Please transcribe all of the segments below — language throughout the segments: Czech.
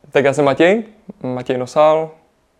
Tak já jsem Matěj Nosál.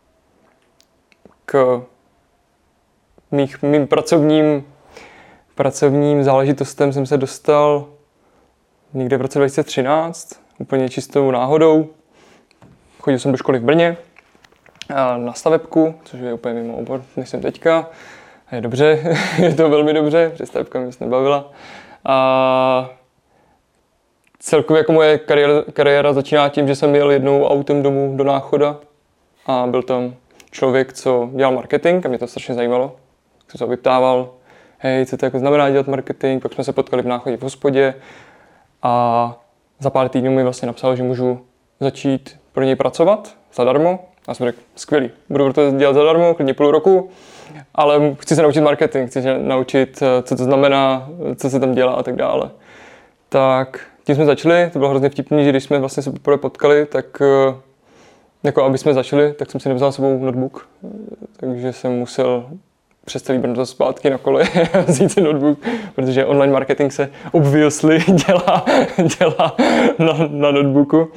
K mým pracovním záležitostem jsem se dostal někde v roce 2013, úplně čistou náhodou. Chodil jsem do školy v Brně na stavebku, což je úplně mimo obor, než jsem teďka. A je dobře, je to velmi dobře, protože stavebka mě nebavila. A celkově jako moje kariéra začíná tím, že jsem jel jednou autem domů do Náchoda a byl tam člověk, co dělal marketing a mě to strašně zajímalo. Jsem se ho vyptával, hej, co to jako znamená dělat marketing, pak jsme se potkali v Náchodě v hospodě a za pár týdnů mi vlastně napsal, že můžu začít pro něj pracovat zadarmo. A jsem řekl, skvělý, budu to dělat zadarmo, klidně půl roku, ale chci se naučit marketing, chci se naučit, co to znamená, co se tam dělá a tak dále. Tak tím jsme začali, to bylo hrozně vtipný, že když jsme vlastně se poprvé potkali, tak jako aby jsme začali, tak jsem si nevzal s sebou notebook, takže jsem musel přes celý Brno zpátky na kole a vzít si notebook, protože online marketing se obviously dělá na notebooku.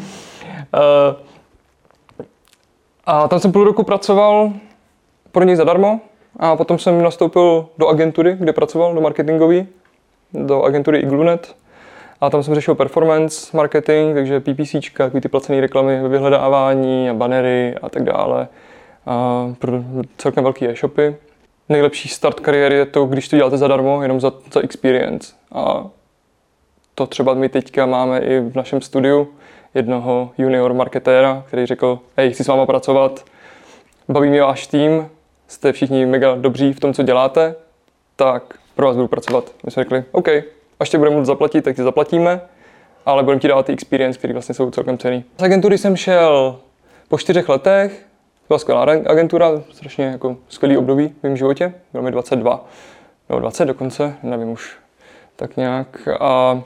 A tam jsem půl roku pracoval pro něj zadarmo a potom jsem nastoupil do agentury, kde pracoval, do marketingový, do agentury Iglunet. A tam jsem řešil performance marketing, takže PPCčka, takový ty placené reklamy ve vyhledávání a bannery a tak dále. A pro celkem velký e-shopy. Nejlepší start kariéry je to, když to děláte zadarmo, jenom za experience. A to třeba my teďka máme i v našem studiu jednoho junior marketéra, který řekl, hej, chci s váma pracovat, baví mě váš tým, jste všichni mega dobří v tom, co děláte, tak pro vás budu pracovat. My jsme řekli, OK, až tě budeme moct zaplatit, tak ti zaplatíme, ale budeme ti dávat ty experience, které vlastně jsou celkem cenný. Z agentury jsem šel po 4 letech, byla skvělá agentura, strašně jako skvělý období v mém životě, bylo mi 22, nebo 20 dokonce, nevím už tak nějak. A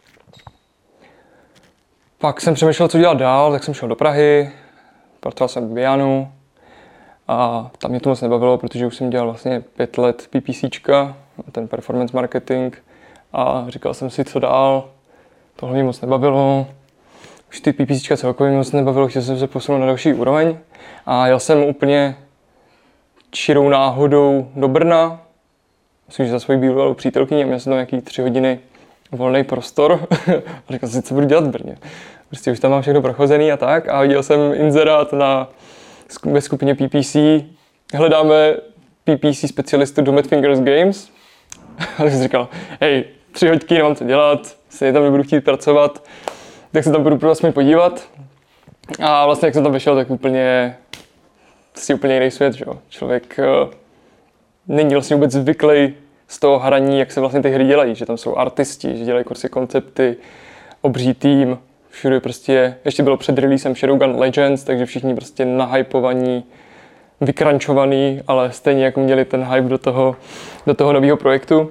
pak jsem přemýšlel, co dělat dál, tak jsem šel do Prahy, pracoval jsem v Bianu a tam mě to moc nebavilo, protože už jsem dělal vlastně 5 let PPCčka, ten performance marketing a říkal jsem si, co dál, tohle mě moc nebavilo, už ty PPCčka celkově moc nebavilo, chtěl jsem se posunout na další úroveň a jel jsem úplně čirou náhodou do Brna, myslím, že za svoji bývalou přítelkyni a měl jsem tam nějaký 3 hodiny volný prostor a říkal jsem si, co budu dělat v Brně. Prostě už tam mám všechno prochozený a tak a viděl jsem inzerát ve skupině PPC. Hledáme PPC specialistu do Mad Fingers Games. A tak jsem říkal, hej, 3 hodiny nemám co dělat, se tam nebudu chtít pracovat, tak se tam budu aspoň podívat. A vlastně jak jsem tam vyšel, tak úplně jiný svět, že jo. Člověk není vlastně vůbec zvyklý z toho hraní, jak se vlastně ty hry dělají, že tam jsou artisti, že dělají kurzy koncepty, obří tým, všude prostě, ještě bylo před releasem Shadowgun Legends, takže všichni prostě nahypovaní, vykrančovaný, ale stejně jako měli ten hype do toho nového projektu.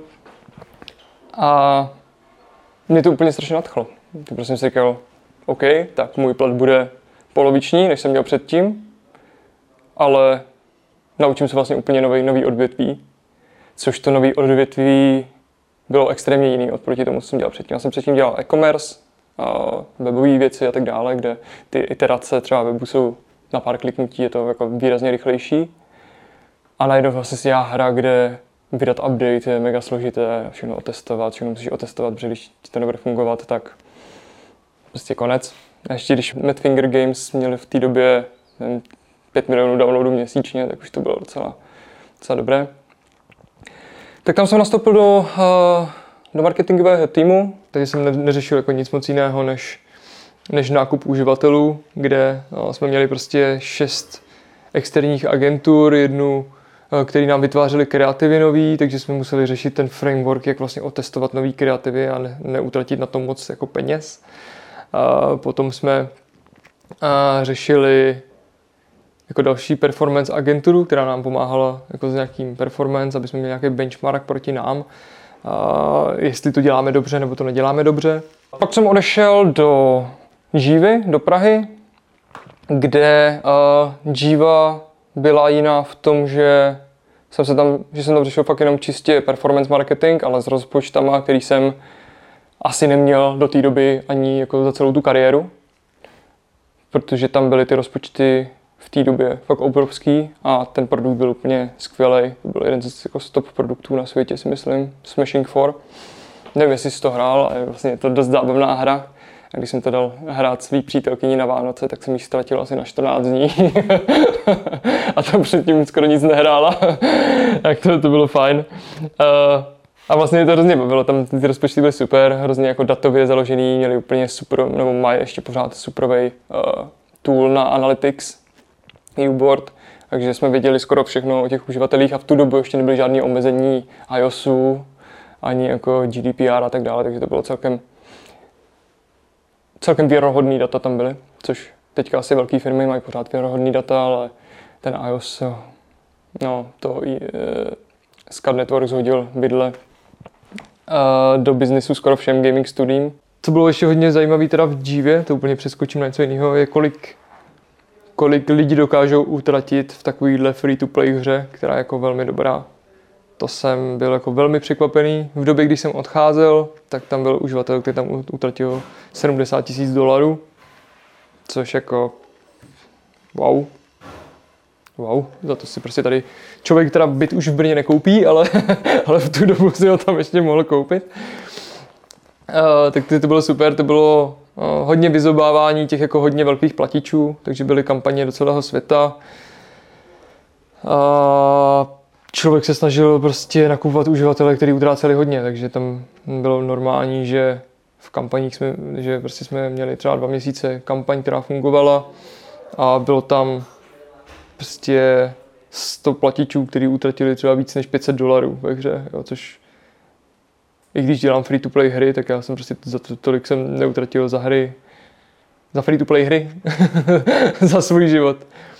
A mě to úplně strašně nadchlo. Tak prostě jsem si říkal, OK, tak můj plat bude poloviční, než jsem měl předtím, ale naučím se vlastně úplně nový odvětví, což to nový odvětví bylo extrémně jiný oproti tomu, co jsem dělal předtím. Já jsem předtím dělal e-commerce, webové věci a tak dále, kde ty iterace třeba webu jsou na pár kliknutí, je to jako výrazně rychlejší. A najednou vlastně si dělá hra, kde vydat update je mega složité, všechno otestovat, všechno musíš otestovat, protože když ti to nebude fungovat, tak prostě konec. A ještě když Mad Finger Games měli v té době 5 milionů downloadů měsíčně, tak už to bylo docela dobré. Tak tam jsem nastoupil do marketingového týmu, takže jsem neřešil jako nic moc jiného než nákup uživatelů, kde jsme měli prostě 6 externích agentur, jednu, který nám vytvářeli kreativy nový, takže jsme museli řešit ten framework, jak vlastně otestovat nový kreativy a neutratit na to moc jako peněz. Potom jsme řešili jako další performance agenturu, která nám pomáhala jako s nějakým performance, aby jsme měli nějaký benchmark proti nám, jestli to děláme dobře nebo to neděláme dobře. Pak jsem odešel do Jivy, do Prahy, kde Jiva byla jiná v tom, že jsem tam řešil fakt jenom čistě performance marketing, ale s rozpočtama, který jsem asi neměl do té doby ani jako za celou tu kariéru. protože tam byly ty rozpočty v té době fakt obrovský a ten produkt byl úplně skvělý. To byl jeden z jako top produktů na světě, si myslím, Smashing 4. Nevím, jestli jsi to hrál, ale vlastně je to dost zábavná hra. A když jsem to dal hrát svý přítelkyni na Vánoce, tak jsem ji ztratil asi na 14 dní. A tam předtím skoro nic nehrála. Tak to bylo fajn. A vlastně to hrozně bavilo, tam ty rozpočty byly super, hrozně jako datově založený, měli úplně super, nebo mají ještě pořád superový tool na Analytics, U-board, takže jsme věděli skoro všechno o těch uživatelích a v tu dobu ještě nebyly žádné omezení iOSu, ani jako GDPR a tak dále, takže to bylo celkem věrohodný data tam byly, což teďka asi velké firmy mají pořád věrohodný data, ale ten iOS, no to Scud Networks hodil bydle do biznisu skoro všem gaming studiím. Co bylo ještě hodně zajímavé teda v Jivě, to úplně přeskočím na něco jiného, je kolik lidí dokážou utratit v takovýhle free-to-play hře, která je jako velmi dobrá. To jsem byl jako velmi překvapený. V době, když jsem odcházel, tak tam byl uživatel, který tam utratil $70,000, což jako wow, za to si prostě tady člověk teda byt už v Brně nekoupí, ale v tu dobu si ho tam ještě mohl koupit. Tak to bylo super, to bylo hodně vyzobávání těch jako hodně velkých platičů, takže byly kampaně do celého světa. Člověk se snažil prostě nakupovat uživatele, kteří utráceli hodně, takže tam bylo normální, že v kampaních jsme měli třeba 2 měsíce kampaň, která fungovala a bylo tam prostě 100 platičů, kteří utratili třeba víc než $500 ve hře, jo, což i když dělám free-to-play hry, tak já jsem prostě za tolik jsem neutratil za free-to-play hry za svůj život.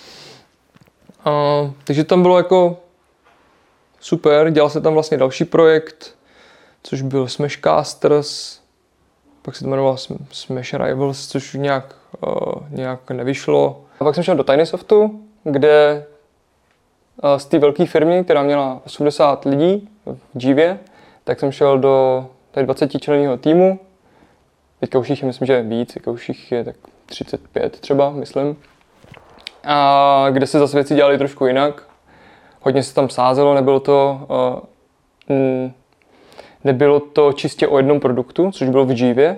Takže tam bylo jako super, dělal se tam vlastně další projekt, což byl Smashcasters, pak se to jmenoval Smash Rivals, což nějak nevyšlo. A pak jsem šel do Tinysoftu, kde z té velké firmy, která měla 80 lidí v Jivě, tak jsem šel do 20členného týmu. Teďka už jich je, myslím, že víc, teďka už jich je tak 35 třeba, myslím. A kde se zase věci dělaly trošku jinak. Hodně se tam sázelo, nebylo to čistě o jednom produktu, což bylo v Jivě,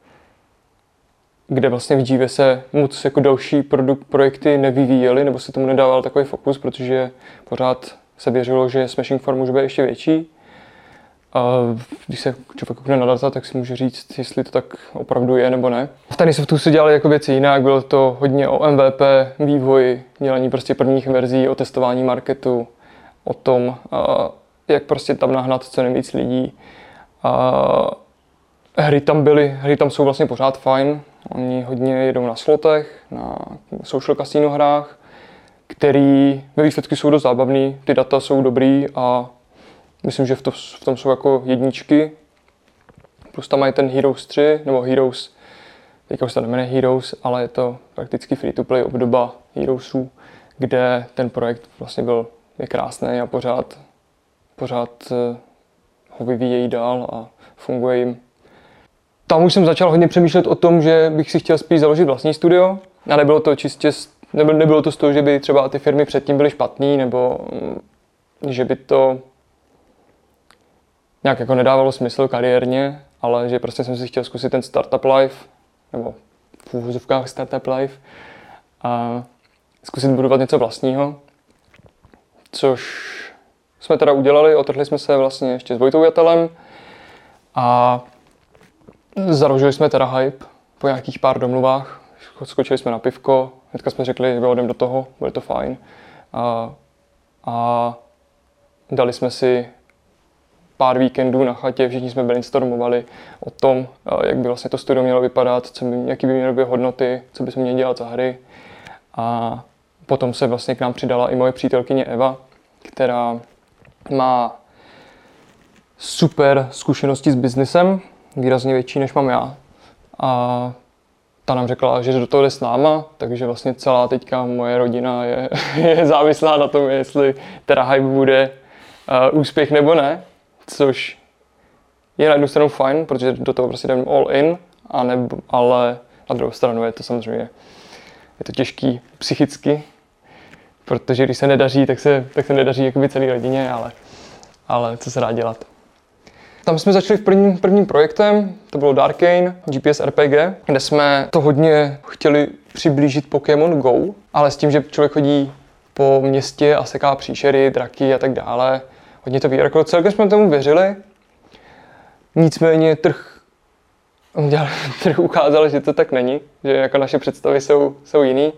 kde vlastně v Jivě se moc jako další projekty nevyvíjely, nebo se tomu nedával takový fokus, protože pořád se věřilo, že Smashing 4 může být ještě větší. A když se člověk koukne na data, tak si může říct, jestli to tak opravdu je nebo ne. V Tinysoftu se dělaly jako věci jinak, bylo to hodně o MVP, vývoji, dělání prostě prvních verzí, o testování marketu, o tom, jak prostě tam nahnat co nejvíc lidí. Hry tam jsou vlastně pořád fajn, oni hodně jedou na slotech, na social casino hrách, který ve výsledku jsou dost zábavný, ty data jsou dobrý a myslím, že v tom jsou jako jedničky. Plus tam mají ten Heroes 3, nebo Heroes, teďka už to nejmenuje Heroes, ale je to prakticky free-to-play obdoba Heroesů, kde ten projekt vlastně je krásný a pořád ho vyvíjejí dál a funguje jim. Tam už jsem začal hodně přemýšlet o tom, že bych si chtěl spíš založit vlastní studio. A nebylo to z toho, že by třeba ty firmy předtím byly špatný, nebo že by to nějak jako nedávalo smysl kariérně, ale že prostě jsem si chtěl zkusit ten startup life, nebo v úvozovkách startup life, a zkusit budovat něco vlastního, což jsme teda udělali, otrhli jsme se vlastně ještě s Vojtou Jatelem a založili jsme teda Hype po nějakých pár domluvách, skočili jsme na pivko, hnedka jsme řekli, že jdeme do toho, bude to fajn a dali jsme si pár víkendů na chatě, všichni jsme brainstormovali o tom, jak by vlastně to studio mělo vypadat, jaký by měly být hodnoty, co bychom měli dělat za hry. A potom se vlastně k nám přidala i moje přítelkyně Eva, která má super zkušenosti s biznesem, výrazně větší než mám já. A ta nám řekla, že do toho jde s náma, takže vlastně celá teďka moje rodina je závislá na tom, jestli teda Hype bude úspěch nebo ne. Což je na jednu stranu fajn, protože do toho prostě jdeme all in, ale na druhou stranu je to samozřejmě je to těžký psychicky, protože když se nedaří, tak se nedaří jakoby celé rodině, ale co se dá dělat. Tam jsme začali prvním projektem, to bylo Darkane, GPS RPG, kde jsme to hodně chtěli přiblížit Pokémon Go, ale s tím, že člověk chodí po městě a seká příšery, draky a tak dále. Hodně to výroklo. Celkem jsme tomu věřili, nicméně trh ukázal, že to tak není, že jako naše představy jsou jiný.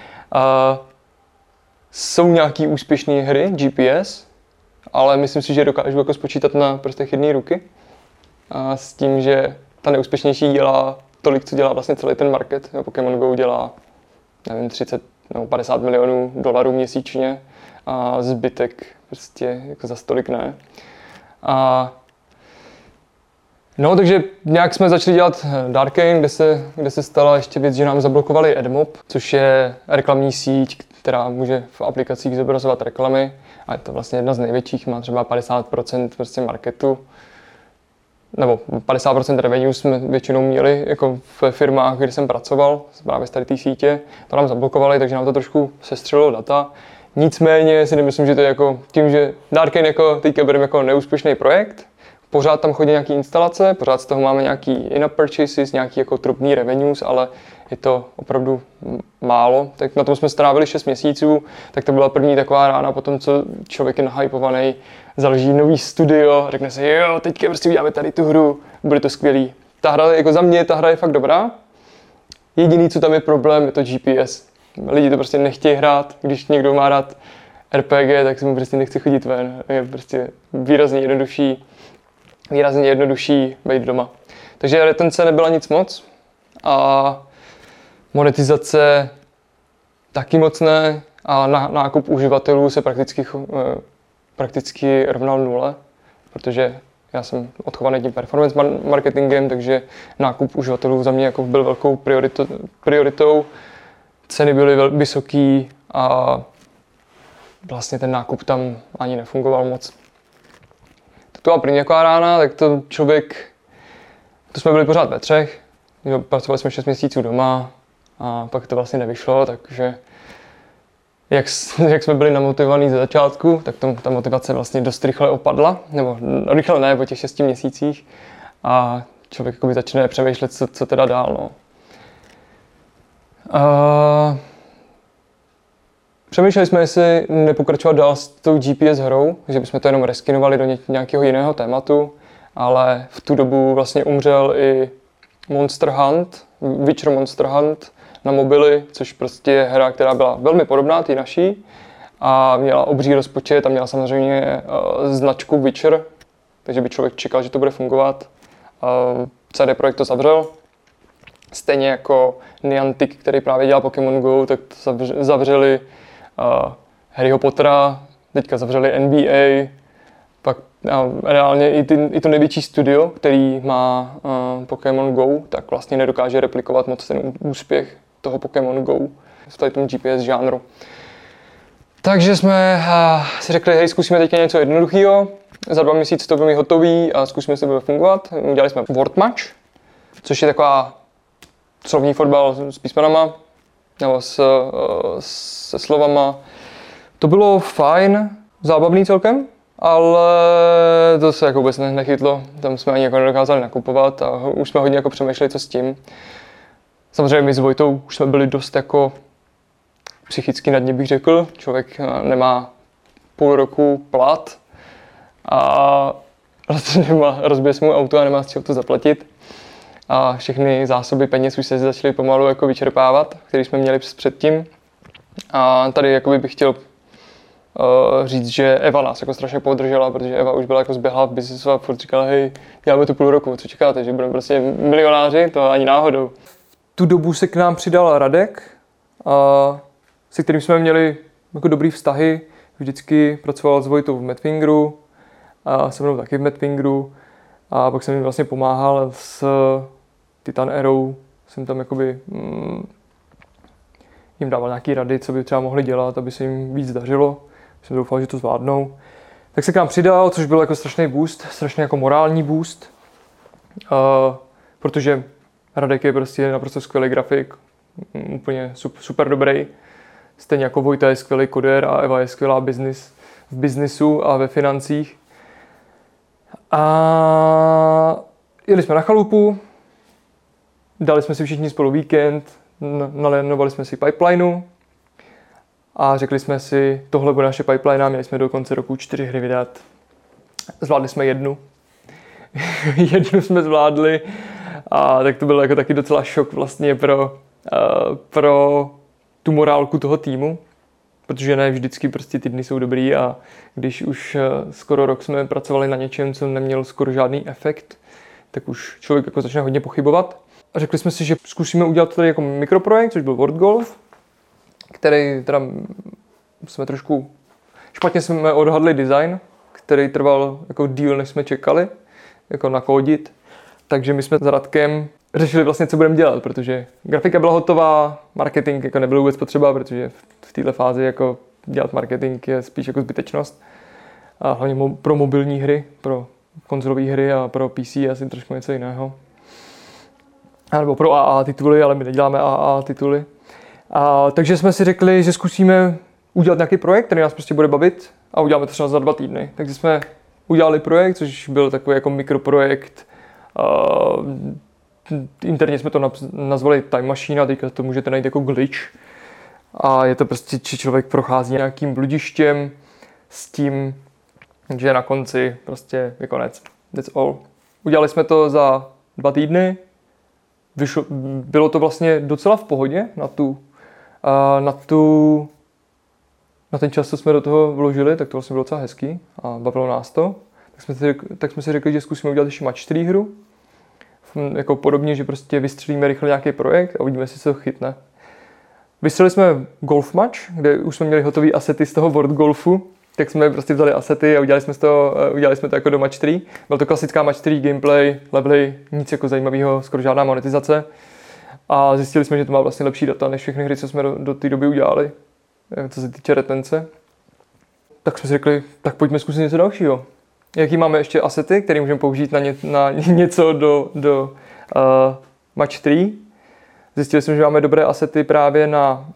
Jsou nějaký úspěšné hry GPS, ale myslím si, že dokážu jako spočítat na prstech jedné ruky. A s tím, že ta neúspěšnější dělá tolik, co dělá vlastně celý ten market. Pokémon Go dělá, nevím, 30 nebo 50 milionů dolarů měsíčně a zbytek prostě jako za stolik ne. No, takže nějak jsme začali dělat Darkane, kde se stala ještě věc, že nám zablokovali AdMob, což je reklamní síť, která může v aplikacích zobrazovat reklamy. A je to vlastně jedna z největších, má třeba 50% prostě marketu. Nebo 50% revenue jsme většinou měli jako v firmách, kde jsem pracoval, právě z tady té sítě. To nám zablokovali, takže nám to trošku sestřelilo data. Nicméně si nemyslím, že to je jako tím, že Darkane jako teďka bereme jako neúspěšný projekt. Pořád tam chodí nějaký instalace, pořád z toho máme nějaký in-app purchases, nějaký jako drobný revenues, ale je to opravdu málo. Tak na tom jsme strávili 6 měsíců, tak to byla první taková rána po tom, co člověk je nahypovaný, založí nový studio, řekne si, jo, teďka prostě uděláme tady tu hru, bude to skvělý. Ta hra, jako za mě, ta hra je fakt dobrá. Jediný, co tam je problém, je to GPS. Lidi to prostě nechtějí hrát, když někdo má rád RPG, tak se mu prostě nechce chodit ven. Je prostě výrazně jednodušší být doma. Takže retence nebyla nic moc a monetizace taky moc ne a nákup uživatelů se prakticky rovnal nule, protože já jsem odchovaný tím performance marketingem, takže nákup uživatelů za mě jako byl velkou prioritou. Ceny byly vysoký a vlastně ten nákup tam ani nefungoval moc. To byla první taková rána, tak to jsme byli pořád ve třech, pracovali jsme 6 měsíců doma a pak to vlastně nevyšlo, takže jak jsme byli namotivovaní ze začátku, tak ta motivace vlastně dost rychle opadla, nebo rychle ne, po těch 6 měsících a člověk jakoby začne přemýšlet, co teda dál. No. Přemýšleli jsme, jestli nepokračovat dál s tou GPS hrou, že bychom to jenom reskinovali do nějakého jiného tématu, ale v tu dobu vlastně umřel i Monster Hunt, Witcher Monster Hunt na mobily, což prostě je hra, která byla velmi podobná té naší a měla obří rozpočet a měla samozřejmě značku Witcher, takže by člověk čekal, že to bude fungovat. CD Projekt to zavřel. Stejně jako Niantic, který právě dělal Pokémon Go, tak zavřeli Harryho Pottera, teďka zavřeli NBA, pak reálně i to největší studio, který má Pokémon Go, tak vlastně nedokáže replikovat moc ten úspěch toho Pokémon Go v tom GPS žánru. Takže jsme si řekli, hej, zkusíme teďka něco jednoduchého, za 2 měsíce to bude hotový a zkusíme, jestli to bude fungovat. Udělali jsme Word Match, což je taková slovní fotbal s písmenama, nebo se slovama. To bylo fajn, zábavný celkem, ale to se jako vůbec nechytlo. Tam jsme ani jako nedokázali nakupovat a už jsme hodně jako přemýšleli, co s tím. Samozřejmě my s Vojtou už jsme byli dost jako psychicky na dně, bych řekl. Člověk nemá půl roku plat a rozbije se mu auto a nemá z čeho to zaplatit. A všechny zásoby peněz už se začaly pomalu jako vyčerpávat, které jsme měli předtím. A tady jakoby bych chtěl říct, že Eva nás jako strašně podržela, protože Eva už byla jako zběhlá v biznesu a furt říkala, hej, děláme tu půl roku, co čekáte, že budeme prostě milionáři, to ani náhodou. V tu dobu se k nám přidal Radek, se kterým jsme měli jako dobrý vztahy, vždycky pracoval s Vojtou v Madfingeru a se mnou taky v Madfingeru. A pak jsem jim vlastně pomáhal s Titan Arrow, jsem tam jakoby jim dával nějaký rady, co by třeba mohli dělat, aby se jim víc dařilo. Jsem doufal, že to zvládnou. Tak se k nám přidal, což byl jako strašný boost, strašně jako morální boost, protože Radek je prostě naprosto skvělý grafik, úplně super dobrý. Stejně jako Vojta je skvělý kodér a Eva je skvělá v biznisu a ve financích. A jeli jsme na chalupu, dali jsme si všichni spolu víkend, nalénovali jsme si pipelineu a řekli jsme si, tohle bude naše pipeline, měli jsme do konce roku 4 hry vydat. Zvládli jsme jednu. Jednu jsme zvládli a tak to byl jako taky docela šok vlastně pro tu morálku toho týmu, protože ne vždycky prostě ty dny jsou dobrý a když už skoro rok jsme pracovali na něčem, co neměl skoro žádný efekt, tak už člověk jako začne hodně pochybovat. A řekli jsme si, že zkusíme udělat tady jako mikroprojekt, což byl World Golf, který teda jsme trošku špatně jsme odhadli design, který trval jako díl, než jsme čekali, jako nakódit. Takže my jsme s Radkem řešili vlastně, co budeme dělat, protože grafika byla hotová, marketing jako nebyl vůbec potřeba, protože v této fázi jako dělat marketing je spíš jako zbytečnost. A hlavně pro mobilní hry, pro konzolové hry a pro PC je asi trošku něco jiného. A nebo pro AA tituly, ale my neděláme AA tituly. Takže jsme si řekli, že zkusíme udělat nějaký projekt, který nás prostě bude bavit a uděláme to třeba za 2 týdny. Takže jsme udělali projekt, což byl takový jako mikroprojekt. Interně jsme to nazvali Time Machine a teďka to můžete najít jako glitch. A je to prostě, že člověk prochází nějakým bludištěm s tím, že na konci prostě je konec. That's all. Udělali jsme to za 2 týdny. Bylo to vlastně docela v pohodě na ten čas, co jsme do toho vložili, tak to vlastně bylo docela hezký a bavilo nás to. Tak jsme si řekli, že zkusíme udělat ještě match 3 hru. Jako podobně, že prostě vystřelíme rychle nějaký projekt a uvidíme, jestli se to chytne. Vystřelili jsme golf match, kde už jsme měli hotový asety z toho World Golfu, tak jsme prostě vzali asety a udělali jsme to jako do match 3. Byla to klasická match 3 gameplay, levely, nic jako zajímavého, skoro žádná monetizace. A zjistili jsme, že to má vlastně lepší data než všechny hry, co jsme do té doby udělali, co se týče retence. Tak jsme si řekli, tak pojďme zkusit něco dalšího. Jaký máme ještě asety, které můžeme použít na něco do match 3. Zjistili jsme, že máme dobré asety právě na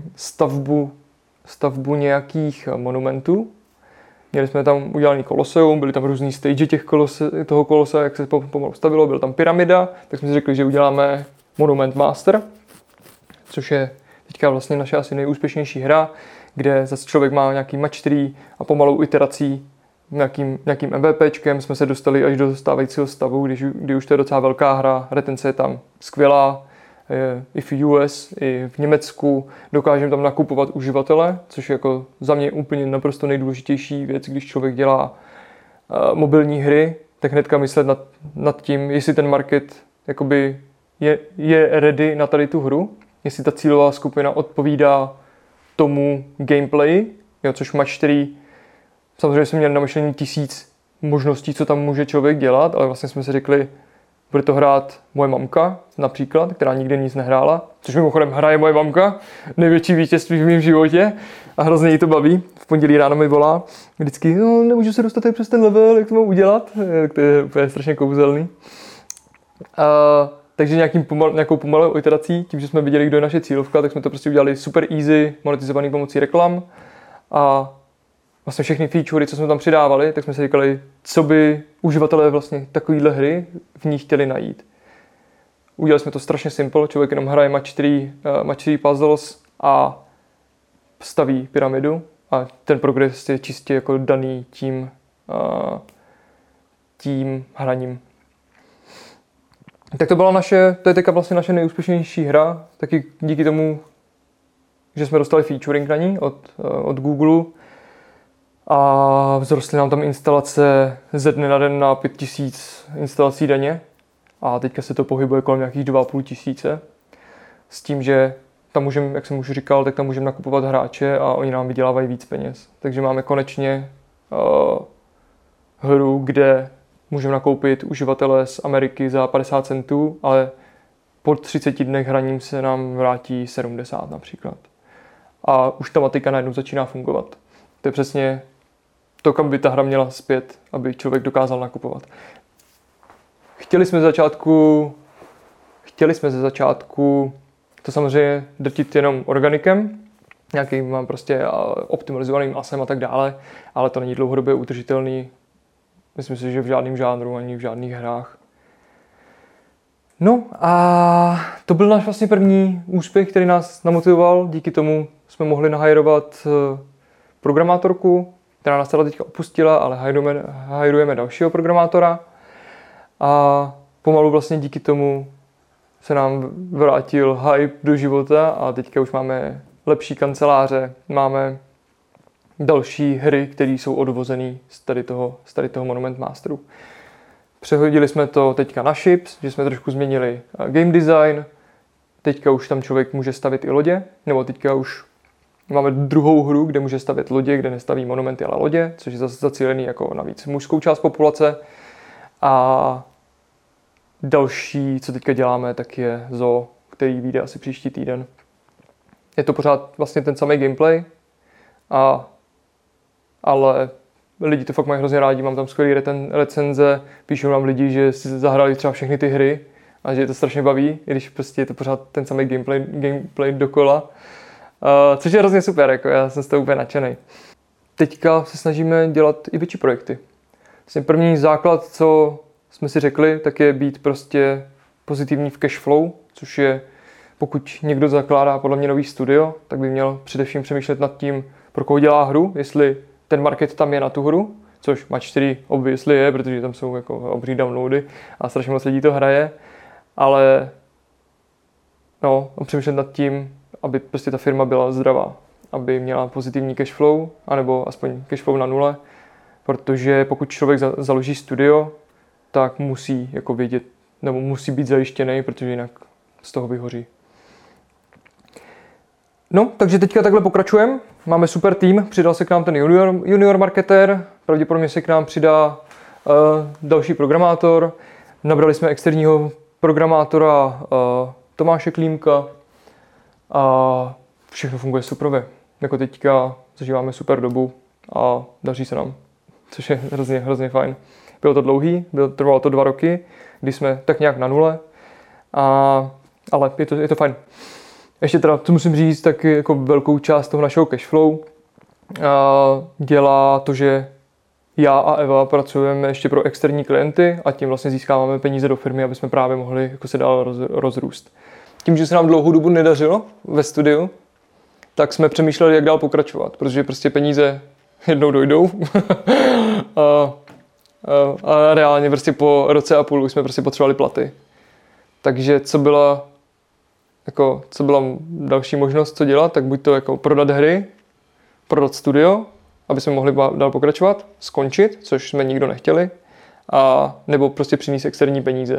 stavbu nějakých monumentů. Měli jsme tam udělaný koloseum, byly tam různý stage toho kolosea, jak se pomalu stavilo, byla tam pyramida, tak jsme si řekli, že uděláme Monument Master, což je teďka vlastně naše asi nejúspěšnější hra, kde zase člověk má nějaký match 3 a pomalou iterací nějakým MVPčkem jsme se dostali až do stávajícího stavu, kdy už to je docela velká hra, retence je tam skvělá, i v US, i v Německu, dokážeme tam nakupovat uživatele, což je jako za mě úplně naprosto nejdůležitější věc, když člověk dělá mobilní hry, tak hnedka myslet nad tím, jestli ten market jakoby je ready na tady tu hru, jestli ta cílová skupina odpovídá tomu gameplay, což match 4. Samozřejmě jsme měli na myšlení 1000 možností, co tam může člověk dělat, ale vlastně jsme si řekli, bude to hrát moje mamka například, která nikdy nic nehrála, což mimochodem hraje moje mamka, největší vítězství v mém životě a hrozně jí to baví. V pondělí ráno mi volá vždycky, no nemůžu se dostat přes ten level, jak to mám udělat, to je úplně strašně kouzelný. Takže nějakou pomalou iterací, tím, že jsme viděli, kdo je naše cílovka, tak jsme to prostě udělali super easy, monetizovaný pomocí reklam a vlastně všechny featurey, co jsme tam přidávali, tak jsme si říkali, co by uživatelé vlastně takovýhle hry v ní chtěli najít. Udělali jsme to strašně simple, člověk jenom hraje match 3 puzzles a staví pyramidu a ten progres je čistě jako daný tím hraním. Tak to je teďka vlastně naše nejúspěšnější hra, taky díky tomu, že jsme dostali featuring na ní od Google a vzrostly nám tam instalace ze dne na den na 5000 instalací denně a teďka se to pohybuje kolem nějakých 2500 s tím, že tam můžeme, jak jsem už říkal, tak tam můžeme nakupovat hráče a oni nám vydělávají víc peněz. Takže máme konečně hru, kde můžeme nakoupit uživatele z Ameriky za 50 centů, ale po 30 dnech hraním se nám vrátí 70 například. A už ta matika najednou začíná fungovat. To je přesně to, kam by ta hra měla zpět, aby člověk dokázal nakupovat. Chtěli jsme ze začátku to samozřejmě drtit jenom organikem, nějakým mám prostě optimalizovaným masem a tak dále, ale to není dlouhodobě udržitelný, myslím si, že v žádném žánru ani v žádných hrách. No a to byl náš vlastně první úspěch, který nás namotivoval. Díky tomu jsme mohli nahajrovat programátorku, která nás teda teďka opustila, ale hajrujeme dalšího programátora. A pomalu vlastně díky tomu se nám vrátil hype do života a teďka už máme lepší kanceláře, máme další hry, které jsou odvozené z tady toho Monument Masteru. Přehodili jsme to teďka na Ships, že jsme trošku změnili game design. Teďka už tam člověk může stavět i lodě, nebo teďka už máme druhou hru, kde může stavět lodě, kde nestaví monumenty, ale lodě, což je zase zacílený jako navíc mužskou část populace. A další, co teďka děláme, tak je zoo, který vyjde asi příští týden. Je to pořád vlastně ten samý gameplay, ale lidi to fakt mají hrozně rádi, mám tam skvělý recenze, píšou nám lidi, že si zahrali třeba všechny ty hry a že je to strašně baví, i když prostě je to pořád ten samý gameplay dokola. Což je hrozně super, jako já jsem z toho úplně nadšenej. Teďka se snažíme dělat i větší projekty. Vlastně první základ, co jsme si řekli, tak je být prostě pozitivní v cash flow, což je, pokud někdo zakládá podle mě nový studio, tak by měl především přemýšlet nad tím, pro koho dělá hru, jestli ten market tam je na tu hru, což Match 4 obviously je, protože tam jsou jako obří downloady a strašně moc lidí to hraje, ale no, přemýšlet nad tím, aby prostě ta firma byla zdravá, aby měla pozitivní cash flow, anebo aspoň cash flow na nule, protože pokud člověk založí studio, tak musí jako vědět, nebo musí být zajištěný, protože jinak z toho vyhoří. No, takže teďka takhle pokračujeme. Máme super tým, přidal se k nám ten junior marketér, pravděpodobně se k nám přidá další programátor. Nabrali jsme externího programátora Tomáše Klímka a všechno funguje super. Jako teďka zažíváme super dobu a daří se nám, což je hrozně fajn. Bylo to dlouhý, trvalo to 2 roky, kdy jsme tak nějak na nule, ale je to fajn. Ještě teda, co musím říct, tak jako velkou část toho našeho cashflow dělá to, že já a Eva pracujeme ještě pro externí klienty a tím vlastně získáváme peníze do firmy, aby jsme právě mohli jako se dál rozrůst. Tím, že se nám dlouhou dobu nedařilo ve studiu, tak jsme přemýšleli, jak dál pokračovat, protože prostě peníze jednou dojdou a reálně prostě po roce a půl už jsme prostě potřebovali platy. Takže co byla další možnost, co dělat, tak buď to jako prodat hry, prodat studio, aby jsme mohli dál pokračovat, skončit, což jsme nikdo nechtěli, a nebo prostě přinést externí peníze.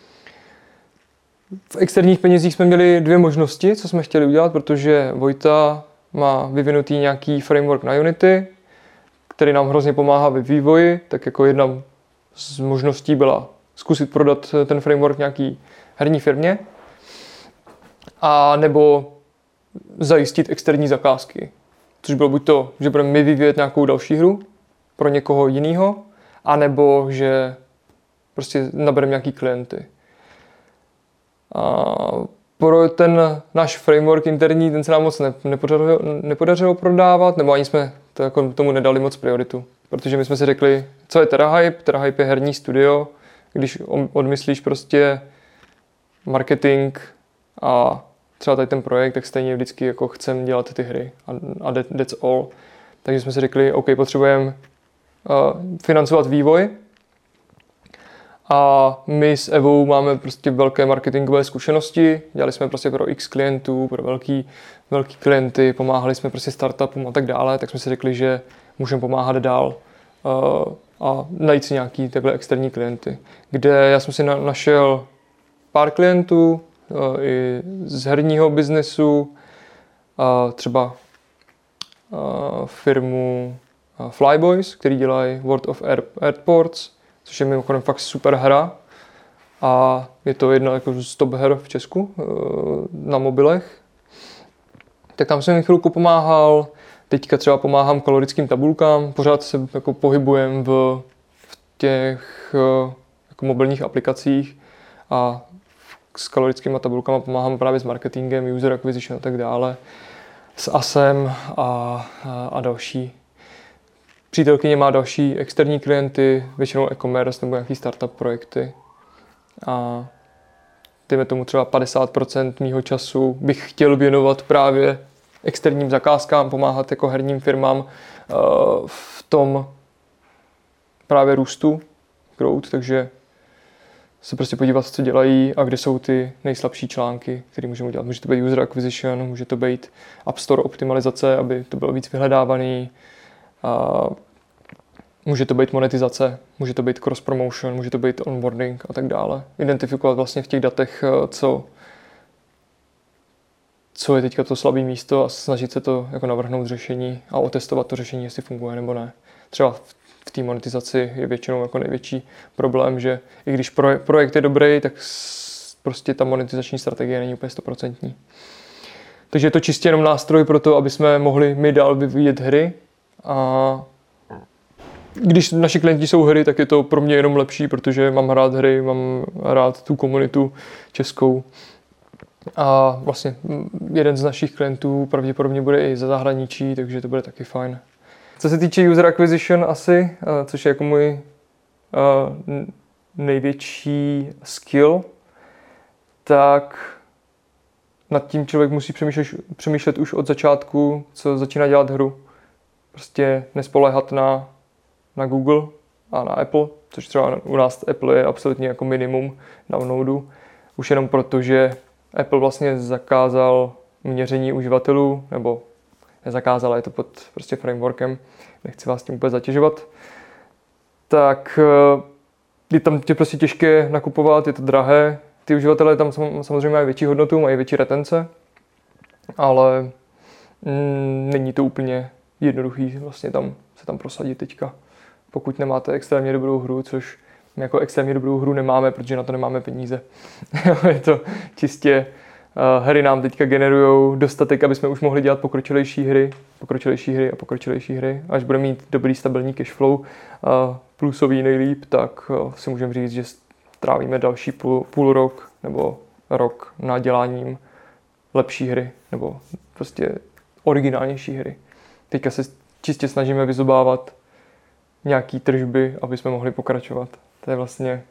V externích penězích jsme měli 2 možnosti, co jsme chtěli udělat, protože Vojta má vyvinutý nějaký framework na Unity, který nám hrozně pomáhá ve vývoji, tak jako jedna z možností byla zkusit prodat ten framework nějaký herní firmě, a nebo zajistit externí zakázky. Což bylo buď to, že budeme my vyvíjet nějakou další hru pro někoho jiného, anebo že prostě nabereme nějaký klienty. A pro ten náš framework interní, ten se nám moc nepodařilo prodávat, nebo ani jsme to jako tomu nedali moc prioritu. Protože my jsme si řekli, co je TerraHype? TerraHype je herní studio, když odmyslíš prostě marketing a třeba tady ten projekt, tak stejně vždycky jako chcem dělat ty hry a that's all. Takže jsme si řekli, OK, potřebujeme financovat vývoj a my s Evou máme prostě velké marketingové zkušenosti, dělali jsme prostě pro X klientů, pro velký klienty, pomáhali jsme prostě startupům a tak dále, tak jsme si řekli, že můžeme pomáhat dál a najít si nějaký takhle externí klienty, kde já jsem si našel pár klientů, i z herního biznesu, třeba firmu Flyboys, který dělají World of Airports, což je mimochodem fakt super hra a je to jedna jako z top her v Česku na mobilech. Tak tam jsem mi chvilku pomáhal, teďka třeba pomáhám kalorickým tabulkám, pořád se jako pohybujem v těch jako mobilních aplikacích a s kalorickými tabulkama, pomáhám právě s marketingem, user acquisition a tak dále, s ASem a další. Přítelkyně má další externí klienty, většinou e-commerce nebo nějaký startup projekty. A dejme tomu třeba 50% mýho času bych chtěl věnovat právě externím zakázkám, pomáhat jako herním firmám v tom právě růstu, growth, takže se prostě podívat, co dělají a kde jsou ty nejslabší články, které můžeme udělat. Může to být user acquisition, může to být App Store optimalizace, aby to bylo víc vyhledávaný. Může to být monetizace, může to být cross promotion, může to být onboarding a tak dále. Identifikovat vlastně v těch datech, co je teďka to slabé místo a snažit se to jako navrhnout řešení a otestovat to řešení, jestli funguje nebo ne. Třeba v té monetizaci je většinou jako největší problém, že i když projekt je dobrý, tak prostě ta monetizační strategie není úplně 100%. Takže je to čistě jenom nástroj pro to, aby jsme mohli my dál vyvíjet hry. A když naši klienti jsou hry, tak je to pro mě jenom lepší, protože mám rád hry, mám rád tu komunitu českou. A vlastně jeden z našich klientů pravděpodobně bude i ze zahraničí, takže to bude taky fajn. Co se týče user acquisition asi, což je jako můj největší skill, tak nad tím člověk musí přemýšlet už od začátku, co začíná dělat hru. Prostě nespoléhat na Google a na Apple, což třeba u nás Apple je absolutně jako minimum downloadu. Už jenom proto, že Apple vlastně zakázal měření uživatelů, nebo nezakázal, je to pod prostě frameworkem, nechci vás tím úplně zatěžovat. Tak je tam prostě těžké nakupovat, je to drahé. Ty uživatelé tam samozřejmě mají větší hodnotu, mají větší retence, ale není to úplně jednoduchý vlastně se tam prosadit teďka. Pokud nemáte extrémně dobrou hru, což my jako extrémně dobrou hru nemáme, protože na to nemáme peníze. Je to čistě, hry nám teďka generujou dostatek, aby jsme už mohli dělat pokročilejší hry. Až budeme mít dobrý stabilní cashflow, plusový nejlíp, tak si můžeme říct, že strávíme další půl rok nebo rok na děláním lepší hry nebo prostě originálnější hry. Teďka se čistě snažíme vyzobávat nějaký tržby, aby jsme mohli pokračovat. To je vlastně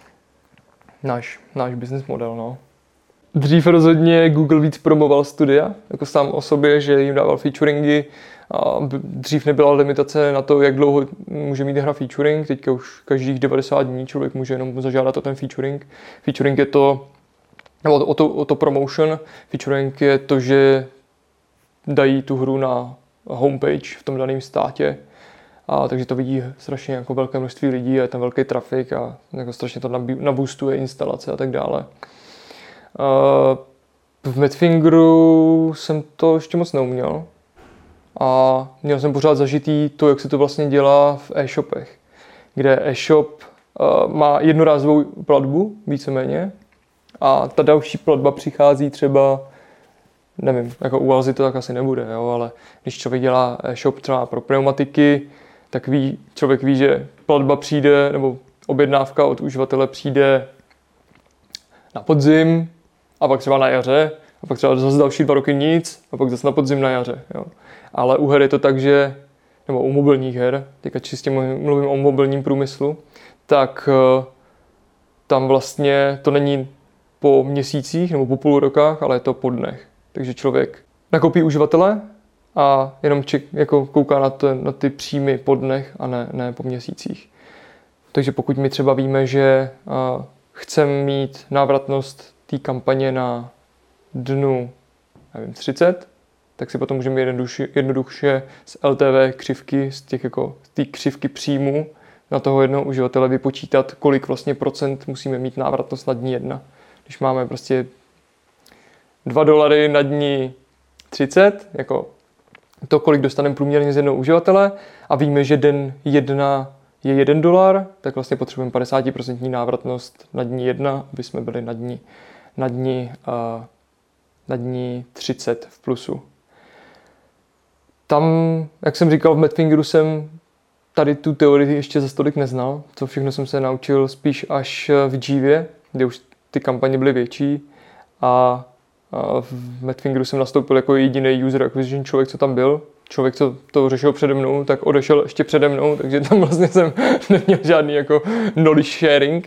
náš business model. No. Dřív rozhodně Google víc promoval studia, jako sám o sobě, že jim dával featuringy. A dřív nebyla limitace na to, jak dlouho může mít hra featuring. Teďka už každých 90 dní člověk může jenom zažádat o ten featuring. Featuring je to, nebo o to promotion. Featuring je to, že dají tu hru na homepage v tom daném státě. A takže to vidí strašně jako velké množství lidí a je tam velký trafik a jako strašně to naboostuje instalace a tak dále. V Madfingeru jsem to ještě moc neuměl a měl jsem pořád zažitý to, jak se to vlastně dělá v e-shopech, kde e-shop má jednorázovou platbu víceméně a ta další platba přichází třeba, nevím, jako u Alzy to tak asi nebude, jo, ale když člověk dělá e-shop třeba pro pneumatiky, tak člověk ví, že platba přijde, nebo objednávka od uživatele přijde na podzim, a pak třeba na jaře, a pak třeba zase další 2 roky nic, a pak zase na podzim na jaře. Jo. Ale u her je to tak, že, nebo u mobilních her, teďka čistě mluvím o mobilním průmyslu, tak tam vlastně to není po měsících nebo po půl rokách, ale je to po dnech. Takže člověk nakoupí uživatele a jenom jako kouká na ty příjmy po dnech a ne po měsících. Takže pokud my třeba víme, že chceme mít návratnost té kampaně na dnu 30, tak si potom můžeme jednoduše z LTV křivky, z té křivky příjmu na toho jednoho uživatele vypočítat, kolik vlastně procent musíme mít návratnost na dní 1. Když máme prostě $2 na dní 30, jako to, kolik dostaneme průměrně z jednoho uživatele a víme, že den 1 je $1, tak vlastně potřebujeme 50% návratnost na dní 1, aby jsme byli na dní 30 v plusu. Tam, jak jsem říkal, v Madfingeru jsem tady tu teorii ještě za tolik neznal. Co všechno jsem se naučil spíš až v Jivě, kde už ty kampaně byly větší a v Madfingeru jsem nastoupil jako jediný user acquisition člověk, co tam byl. Člověk, co to řešil přede mnou, tak odešel ještě přede mnou, takže tam vlastně jsem neměl žádný jako knowledge sharing.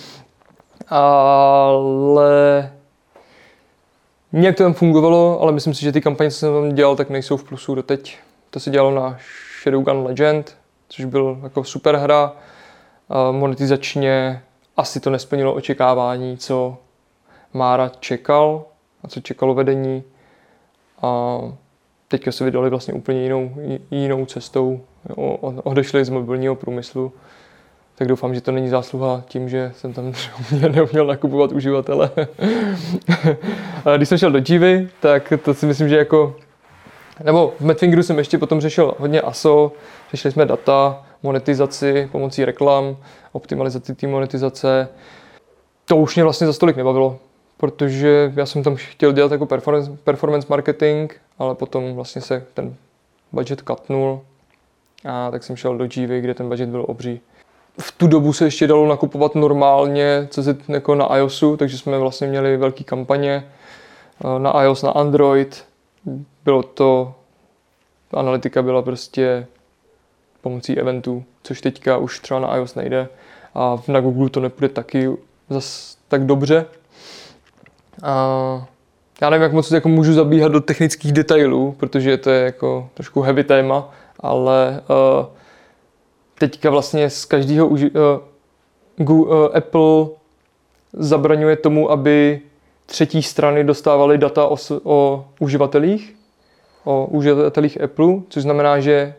Ale nějak to tam fungovalo, ale myslím si, že ty kampaně, co jsem tam dělal, tak nejsou v plusu doteď. To se dělalo na Shadowgun Legend, což byl jako super hra. Monetizačně asi to nesplnilo očekávání, co Mára čekal a co čekalo vedení. A teďka se vydali vlastně úplně jinou cestou. Odešli z mobilního průmyslu. Tak doufám, že to není zásluha tím, že jsem tam neuměl nakupovat uživatele. Když jsem šel do Jivy, tak to si myslím, že jako... Nebo v Madfingeru jsem ještě potom řešil hodně ASO, řešili jsme data, monetizaci pomocí reklam, optimalizaci té monetizace. To už mě vlastně za stolik nebavilo, protože já jsem tam chtěl dělat jako performance marketing, ale potom vlastně se ten budget cutnul a tak jsem šel do Jivy, kde ten budget byl obří. V tu dobu se ještě dalo nakupovat normálně, jako na iOSu, takže jsme vlastně měli velké kampaně na iOS, na Android. Bylo to, analytika byla prostě pomocí eventů, což teďka už třeba na iOS nejde a na Google to nepůjde taky zas tak dobře. Já nevím, jak moc jako můžu zabíhat do technických detailů, protože to je jako trošku heavy téma, ale teďka vlastně z každého Apple zabraňuje tomu, aby třetí strany dostávaly data o uživatelích Apple, což znamená, že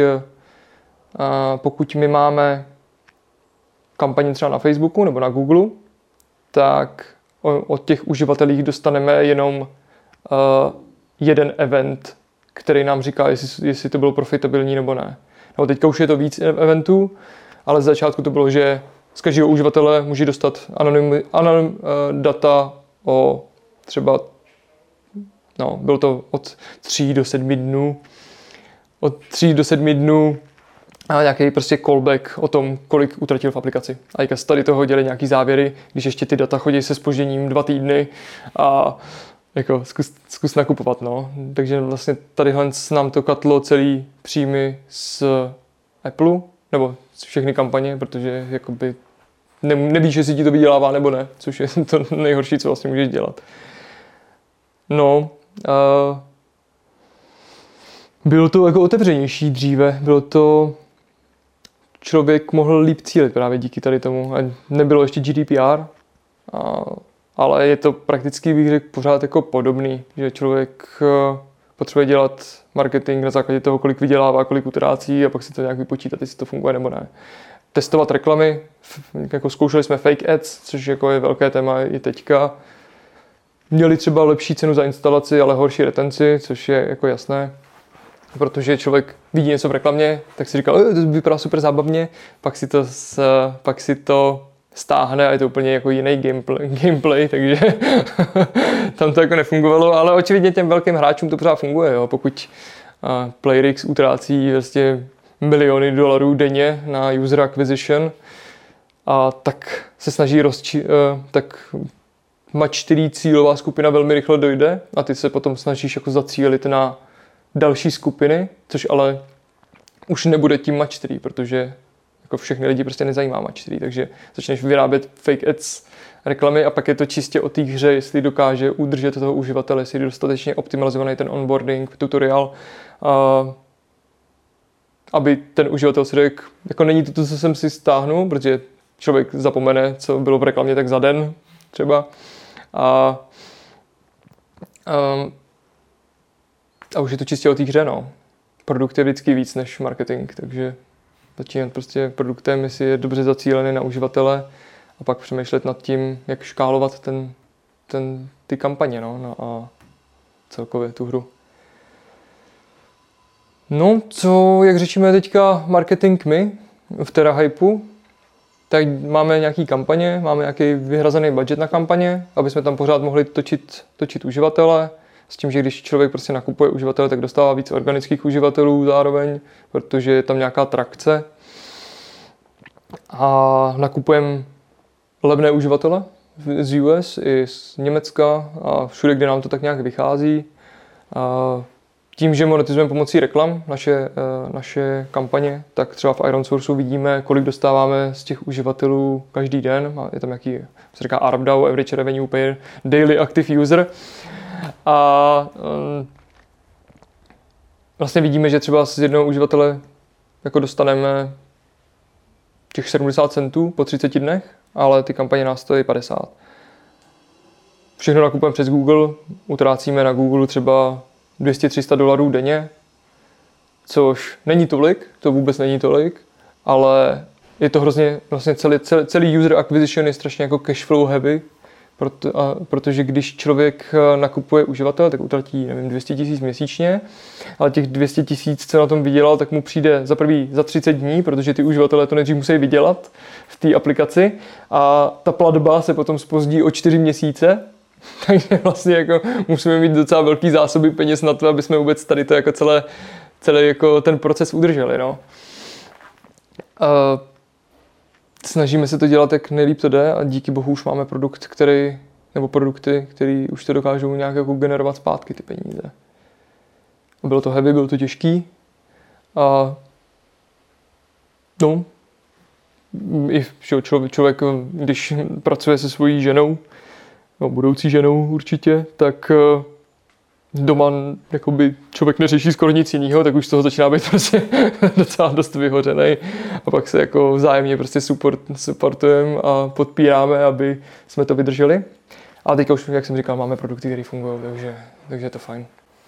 pokud my máme kampaně třeba na Facebooku nebo na Google, tak od těch uživatelích dostaneme jenom jeden event, který nám říká, jestli to bylo profitabilní nebo ne. No, teďka už je to víc eventů, ale z začátku to bylo, že z každého uživatele může dostat anonym data o třeba, bylo to od 3 do 7 dnů. Od 3 do 7 dnů a nějaký prostě callback o tom, kolik utratil v aplikaci. A teďka tady toho dělají nějaký závěry, když ještě ty data chodí se zpožděním 2 týdny a jako zkus nakupovat, no. Takže vlastně tadyhle nám to katlo celý příjmy z Apple, nebo všechny kampaně, protože jakoby nevíš, jestli ti to vydělává nebo ne, což je to nejhorší, co vlastně můžeš dělat. No, bylo to jako otevřenější dříve, bylo to, člověk mohl líp cílit právě díky tady tomu. A nebylo ještě GDPR, ale je to prakticky, bych řekl, pořád jako podobný, že člověk potřebuje dělat marketing na základě toho, kolik vydělává, kolik utrácí a pak si to nějak vypočítat, jestli to funguje nebo ne. Testovat reklamy, jako zkoušeli jsme fake ads, což jako je velké téma i teďka. Měli třeba lepší cenu za instalaci, ale horší retenci, což je jako jasné. Protože člověk vidí něco v reklamě, tak si říká, to vypadá super zábavně, pak si to stáhne a je to úplně jako jiný gameplay, takže tam to jako nefungovalo, ale očividně těm velkým hráčům to pořád funguje, jo. Pokud Playrix utrácí vlastně miliony dolarů denně na user acquisition, tak se snaží tak match, který cílová skupina velmi rychle dojde a ty se potom snažíš jako zacílit na další skupiny, což ale už nebude tím match 3, protože jako všechny lidi prostě nezajímá match 3, takže začneš vyrábět fake ads reklamy a pak je to čistě o té hře, jestli dokáže udržet toho uživatele, jestli je dostatečně optimalizovaný ten onboarding, tutoriál, aby ten uživatel si řekl, jako není to, co jsem si stáhnul, protože člověk zapomene, co bylo v reklamě tak za den třeba. A už je to čistě o té hře, no. Produkt je vždycky víc než marketing, takže začínat prostě produktem, jestli je dobře zacílený na uživatele a pak přemýšlet nad tím, jak škálovat ty kampaně, no, a celkově tu hru. No, jak řešíme teďka marketing my v TeraHypeu, tak máme nějaký kampaně, máme nějaký vyhrazený budget na kampaně, aby jsme tam pořád mohli točit uživatele, s tím, že když člověk prostě nakupuje uživatele, tak dostává víc organických uživatelů zároveň, protože je tam nějaká trakce. A nakupujeme levné uživatele, z US i z Německa a všude, kde nám to tak nějak vychází. Tím, že monetizujeme pomocí reklam naše kampaně, tak třeba v ironSourceu vidíme, kolik dostáváme z těch uživatelů každý den. Je tam jaký, se říká ARPDAU, Average Revenue Per Daily Active User. A vlastně vidíme, že třeba z jednoho uživatele jako dostaneme těch 70 centů po 30 dnech, ale ty kampaně nás stojí 50. Všechno nakupujeme přes Google, utrácíme na Google třeba $200-300 denně, což není tolik, to vůbec není tolik, ale je to hrozně, vlastně celý user acquisition je strašně jako cashflow heavy, protože když člověk nakupuje uživatel, tak utratí, nevím, 200 000 měsíčně, ale těch 200 000, co na tom vydělal, tak mu přijde za 30 dní, protože ty uživatelé to nejdřív musí vydělat v té aplikaci a ta platba se potom zpozdí o 4 měsíce. Takže vlastně jako musíme mít docela velký zásoby peněz na to, aby jsme vůbec tady to jako celý jako ten proces udrželi. No. Snažíme se to dělat, jak nejlíp to jde a díky bohu už máme produkty, které už to dokážou nějak jako generovat zpátky ty peníze. Bylo to heavy, bylo to těžký a no, i člověk, když pracuje se svojí ženou, no, budoucí ženou určitě, tak doma jakoby člověk neřeší skoro nic jiného, tak už z toho začíná být prostě docela dost vyhořený a pak se jako vzájemně prostě supportujeme a podpíráme, aby jsme to vydrželi. A teďka už, jak jsem říkal, máme produkty, které fungují, takže je to fajn.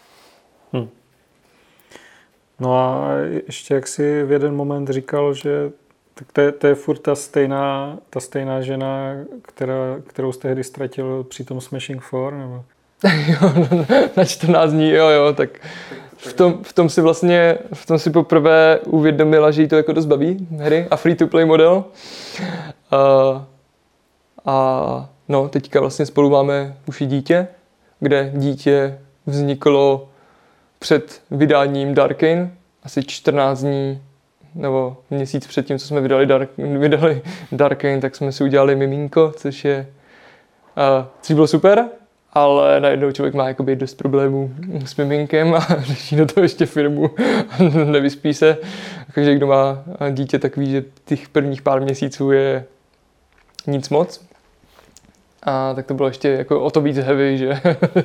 No a ještě jak jsi v jeden moment říkal, že tak to je furt ta stejná žena, kterou jste tehdy ztratil při tom Smashing 4, nebo? Jo, na 14 dní, jo, tak v tom si poprvé uvědomila, že jí to jako dost baví, hry a free-to-play model. A no, teďka vlastně spolu máme už i dítě, kde dítě vzniklo před vydáním Darkane, asi 14 dní nebo měsíc před tím, co jsme vydali Darkane, tak jsme si udělali miminko, což bylo super, ale najednou člověk má jakoby dost problémů s miminkem a řeší na to ještě firmu a nevyspí se. Takže kdo má dítě, tak ví, že těch prvních pár měsíců je nic moc. A tak to bylo ještě jako o to víc heavy, že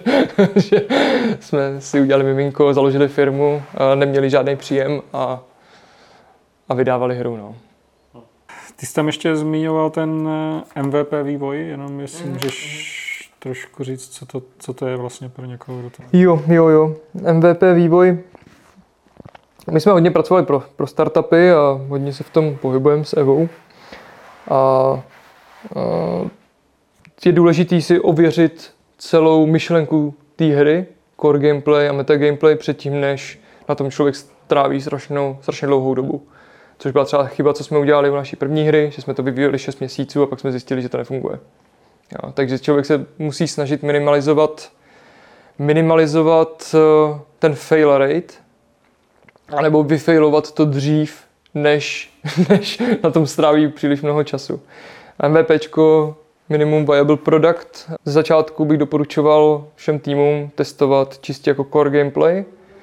jsme si udělali miminko, založili firmu, neměli žádný příjem a vydávali hru. No. Ty jsi tam ještě zmiňoval ten MVP vývoj, jenom jestli můžeš trošku říct, co to je vlastně pro někoho, kdo to... Jo. MVP vývoj. My jsme hodně pracovali pro startupy a hodně se v tom pohybujeme s Evou. A je důležitý si ověřit celou myšlenku té hry, core gameplay a meta gameplay předtím, než na tom člověk stráví strašně dlouhou dobu. Což byla třeba chyba, co jsme udělali u naší první hry, že jsme to vyvíjeli 6 měsíců a pak jsme zjistili, že to nefunguje. Jo, takže člověk se musí snažit minimalizovat ten fail rate, anebo vyfailovat to dřív, než na tom stráví příliš mnoho času. MVPčko, minimum viable product. Z začátku bych doporučoval všem týmům testovat čistě jako core gameplay,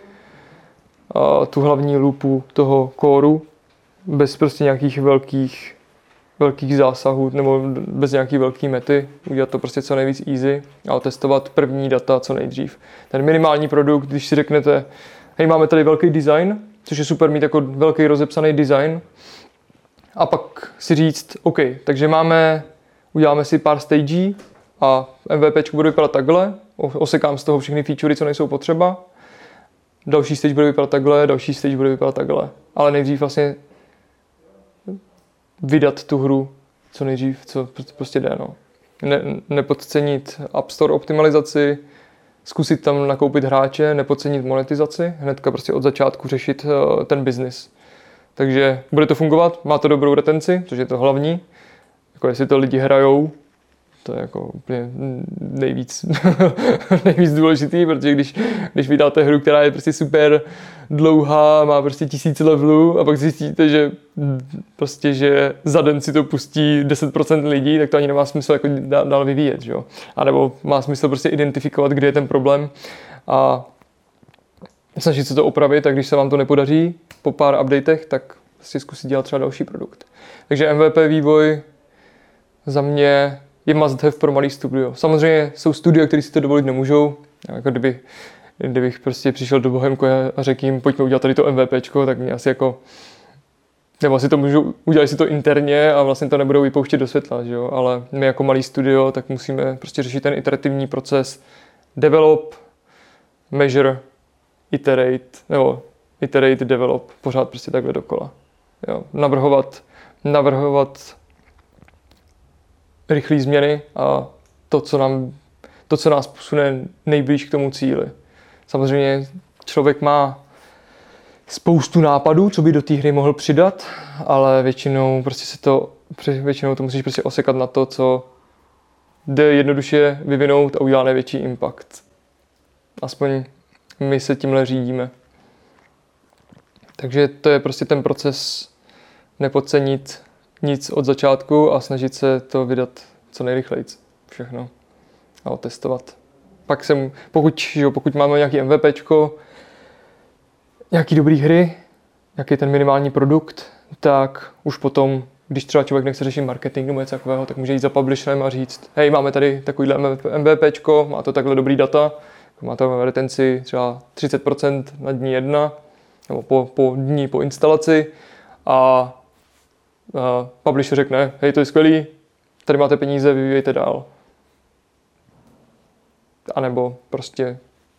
tu hlavní loopu toho coreu, bez prostě nějakých velkých zásahů nebo bez nějaký velký mety, udělat to prostě co nejvíc easy a testovat první data co nejdřív. Ten minimální produkt, když si řeknete, hej, máme tady velký design, což je super mít jako velký rozepsaný design a pak si říct, OK, takže uděláme si pár stagí a MVPčko bude vypadat takhle, osekám z toho všechny featurey, co nejsou potřeba, další stage bude vypadat takhle, další stage bude vypadat takhle, ale nejdřív vlastně vydat tu hru co nejdřív, co prostě jde. No. Nepodcenit App Store optimalizaci, zkusit tam nakoupit hráče, nepodcenit monetizaci, hnedka prostě od začátku řešit ten biznis. Takže bude to fungovat, má to dobrou retenci, což je to hlavní. Jako jestli to lidi hrajou, To je jako úplně nejvíc, nejvíc důležitý, protože když vydáte hru, která je prostě super dlouhá, má prostě 1000 levelů a pak zjistíte, že za den si to pustí 10% lidí, tak to ani nemá smysl jako dál vyvíjet, že jo. A nebo má smysl prostě identifikovat, kde je ten problém a snažit se to opravit, a když se vám to nepodaří po pár updatech, tak si zkusit dělat třeba další produkt. Takže MVP vývoj za mě je must have pro malý studio. Samozřejmě jsou studia, které si to dovolit nemůžou. Jako kdybych prostě přišel do Bohemku a řekl jim, pojďme udělat tady to MVPčko, tak mě asi jako, nebo asi to můžou, udělat si to interně a vlastně to nebudou vypouštět do světla, že jo? Ale my jako malý studio, tak musíme prostě řešit ten iterativní proces develop, measure, iterate, develop, pořád prostě takhle dokola. Jo? Navrhovat rychlé změny a to, co nás posune nejblíž k tomu cíli. Samozřejmě člověk má spoustu nápadů, co by do té hry mohl přidat, ale většinou to musíš prostě osekat na to, co jde jednoduše vyvinout a udělá největší impact. Aspoň my se tímhle řídíme. Takže to je prostě ten proces nepodcenit nic od začátku a snažit se to vydat co nejrychleji. Všechno. A otestovat. Pak pokud máme nějaký MVPčko, nějaký dobrý hry, jaký je ten minimální produkt, tak už potom, když třeba člověk nechce řešit marketing nebo něco takového, tak může jít za publisherem a říct, hej, máme tady takovýhle MVPčko, má to takhle dobrý data, má to retenci třeba 30% na dní 1, nebo po dní po instalaci a publisher řekne, hej, to je skvělý, tady máte peníze, vyvíjejte dál. A nebo prostě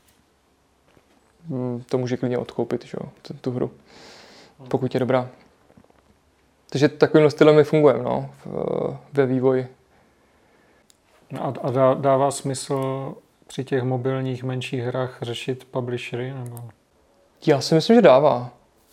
to může klidně odkoupit, že jo, tu hru, pokud je dobrá. Takže takovým stylem my fungujeme, no, ve vývoji. A dává smysl při těch mobilních menších hrách řešit publishery? Nebo? Já si myslím, že dává.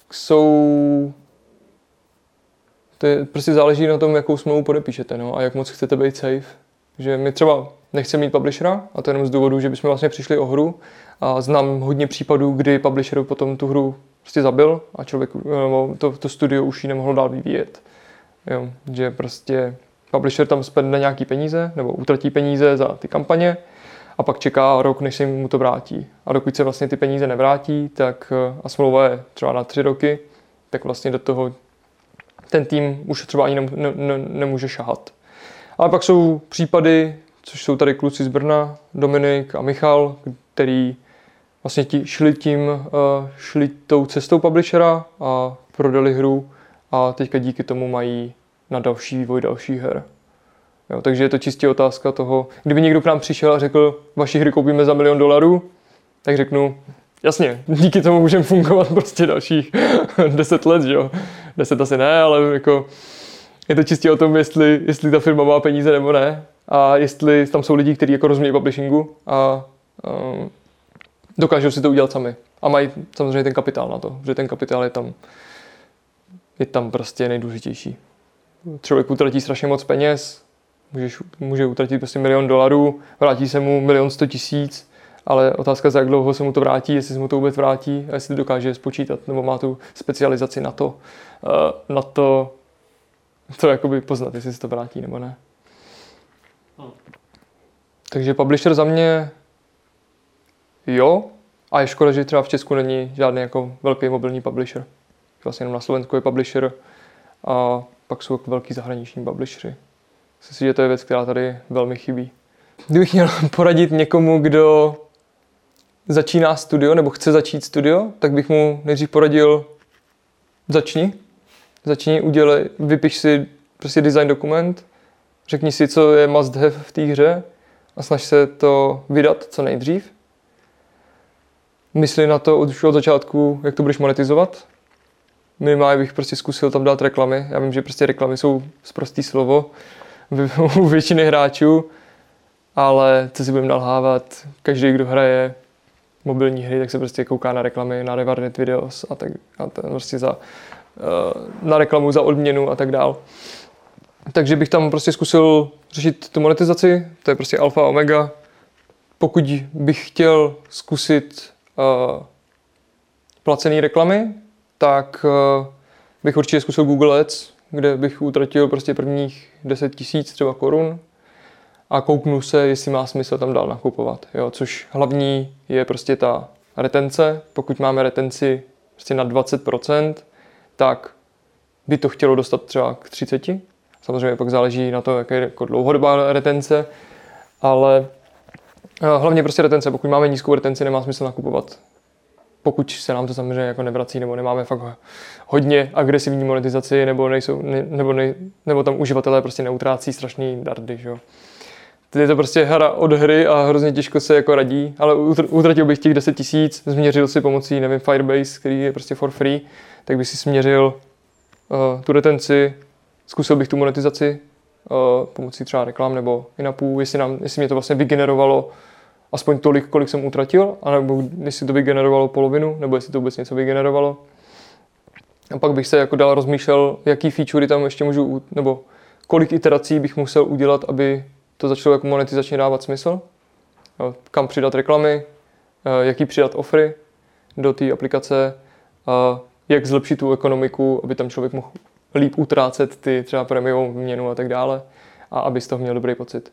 To je, prostě záleží na tom, jakou smlouvu podepíšete, no, a jak moc chcete být safe. Že my třeba nechceme mít publishera, a to jenom z důvodu, že bychom vlastně přišli o hru a znám hodně případů, kdy publisher potom tu hru prostě zabil a člověk, to studio už ji nemohlo dál vyvíjet. Jo, že prostě publisher tam spende nějaký peníze nebo utratí peníze za ty kampaně a pak čeká rok, než se mu to vrátí. A dokud se vlastně ty peníze nevrátí, tak a smlouva je třeba na 3 roky, tak vlastně do toho ten tým už třeba ani nemůže šahat. Ale pak jsou případy, což jsou tady kluci z Brna, Dominik a Michal, který vlastně šli tou cestou publishera a prodali hru a teďka díky tomu mají na další vývoj dalších her. Jo, takže je to čistě otázka toho, kdyby někdo k nám přišel a řekl, vaši hry koupíme za $1 000 000, tak řeknu, jasně, díky tomu můžeme fungovat prostě dalších 10 let, že jo. 10 asi ne, ale jako je to čistě o tom, jestli ta firma má peníze nebo ne a jestli tam jsou lidi, kteří jako rozumějí publishingu a dokážou si to udělat sami. A mají samozřejmě ten kapitál na to, že ten kapitál je tam prostě nejdůležitější. Člověk utratí strašně moc peněz, může utratit prostě $1 000 000, vrátí se mu 1 100 000, ale otázka, za jak dlouho se mu to vrátí, jestli se mu to vůbec vrátí a jestli dokáže spočítat, nebo má tu specializaci na to jakoby poznat, jestli se to vrátí nebo ne. Takže publisher za mě jo, a je škoda, že třeba v Česku není žádný jako velký mobilní publisher. Vlastně jenom na Slovensku je publisher a pak jsou jako velký zahraniční publishery. Myslím si, že to je věc, která tady velmi chybí. Kdybych měl poradit někomu, kdo začíná studio nebo chce začít studio, tak bych mu nejdřív poradil začni, vypiš si prostě design dokument, řekni si, co je must have v té hře a snaž se to vydat co nejdřív. Mysli na to už od začátku, jak to budeš monetizovat. Minimálně bych prostě zkusil tam dát reklamy. Já vím, že prostě reklamy jsou sprostý slovo u většiny hráčů, ale co si budeme nalhávat, každý, kdo hraje mobilní hry, tak se prostě kouká na reklamy, na Rewarded Videos a prostě na reklamu za odměnu a tak dál. Takže bych tam prostě zkusil řešit tu monetizaci, to je prostě alfa a omega. Pokud bych chtěl zkusit placené reklamy, tak bych určitě zkusil Google Ads, kde bych utratil prostě prvních 10 000 třeba korun a kouknu se, jestli má smysl tam dál nakupovat. Jo, což hlavní je prostě ta retence. Pokud máme retenci prostě na 20%, tak by to chtělo dostat třeba k 30%. Samozřejmě pak záleží na to, jaká je jako dlouhodobá retence, ale hlavně prostě retence. Pokud máme nízkou retenci, nemá smysl nakupovat. Pokud se nám to samozřejmě jako nevrací, nebo nemáme fakt hodně agresivní monetizaci, nebo tam uživatelé prostě neutrácí strašný dardy, že jo. Je to prostě hra od hry a hrozně těžko se jako radí, ale utratil bych těch 10 000, změřil si pomocí, nevím, Firebase, který je prostě for free, tak bych si směřil tu retenci, zkusil bych tu monetizaci pomocí třeba reklam nebo in-appů, jestli mě to vlastně vygenerovalo aspoň tolik, kolik jsem utratil, anebo jestli to vygenerovalo polovinu, nebo jestli to vůbec něco vygenerovalo. A pak bych se jako dál rozmýšlel, jaký featurey tam ještě můžu, nebo kolik iterací bych musel udělat, aby to začalo jako monetizačně dávat smysl. Kam přidat reklamy, jaký přidat offery do té aplikace, jak zlepšit tu ekonomiku, aby tam člověk mohl líp utrácet ty třeba prémiovou měnu a tak dále a aby z toho měl dobrý pocit.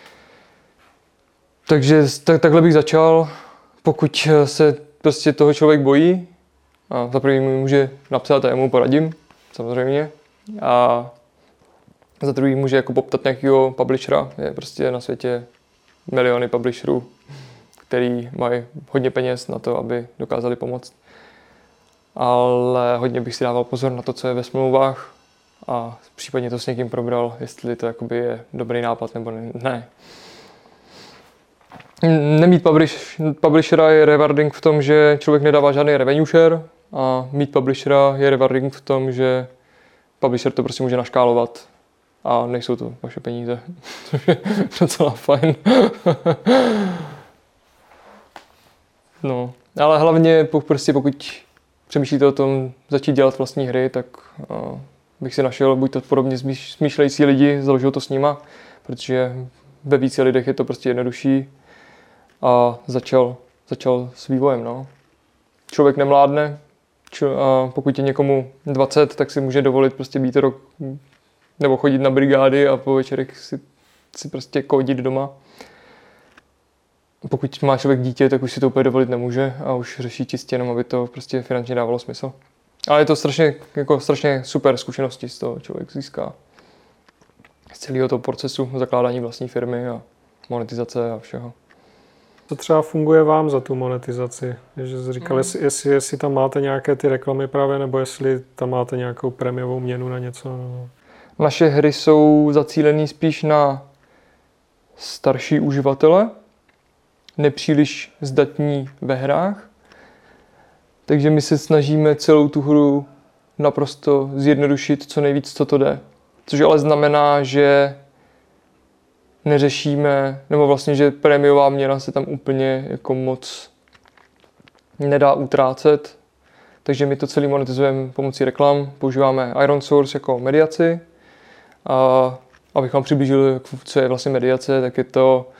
Takže takhle bych začal, pokud se prostě toho člověk bojí. A za první mi může napsat a já mu poradím, samozřejmě. A za druhý může jako poptat nějakého publishera. Je prostě na světě miliony publisherů, který mají hodně peněz na to, aby dokázali pomoct. Ale hodně bych si dával pozor na to, co je ve smlouvách a případně to s někým probral, jestli to jakoby je dobrý nápad nebo ne. Nemít publishera je rewarding v tom, že člověk nedává žádný revenue share a mít publishera je rewarding v tom, že publisher to prostě může naškálovat a nejsou to vaše peníze, což je docela fajn. No, ale hlavně pokud přemýšlíte o tom začít dělat vlastní hry, tak bych si našel buď to podobně smýšlející lidi, založil to s nima, protože ve více lidech je to prostě jednodušší a začal s vývojem. No. Člověk nemládne, a pokud je někomu 20, tak si může dovolit prostě být rok nebo chodit na brigády a po večerech si prostě kódit doma. Pokud má člověk dítě, tak už si to úplně dovolit nemůže a už řeší čistě jenom, aby to prostě finančně dávalo smysl. Ale je to strašně super zkušenosti, z toho člověk získá. Z celého toho procesu zakládání vlastní firmy a monetizace a všeho. Co třeba funguje vám za tu monetizaci? Že jsi říkal, jestli tam máte nějaké ty reklamy právě, nebo jestli tam máte nějakou prémiovou měnu na něco? Naše hry jsou zacílené spíš na starší uživatele, nepříliš zdatní ve hrách. Takže my se snažíme celou tu hru naprosto zjednodušit co nejvíc, co to jde. Což ale znamená, že neřešíme, nebo vlastně, že prémiová měna se tam úplně jako moc nedá utrácet. Takže my to celé monetizujeme pomocí reklam. Používáme Iron Source jako mediaci. A abych vám přiblížil, co je vlastně mediace, tak je to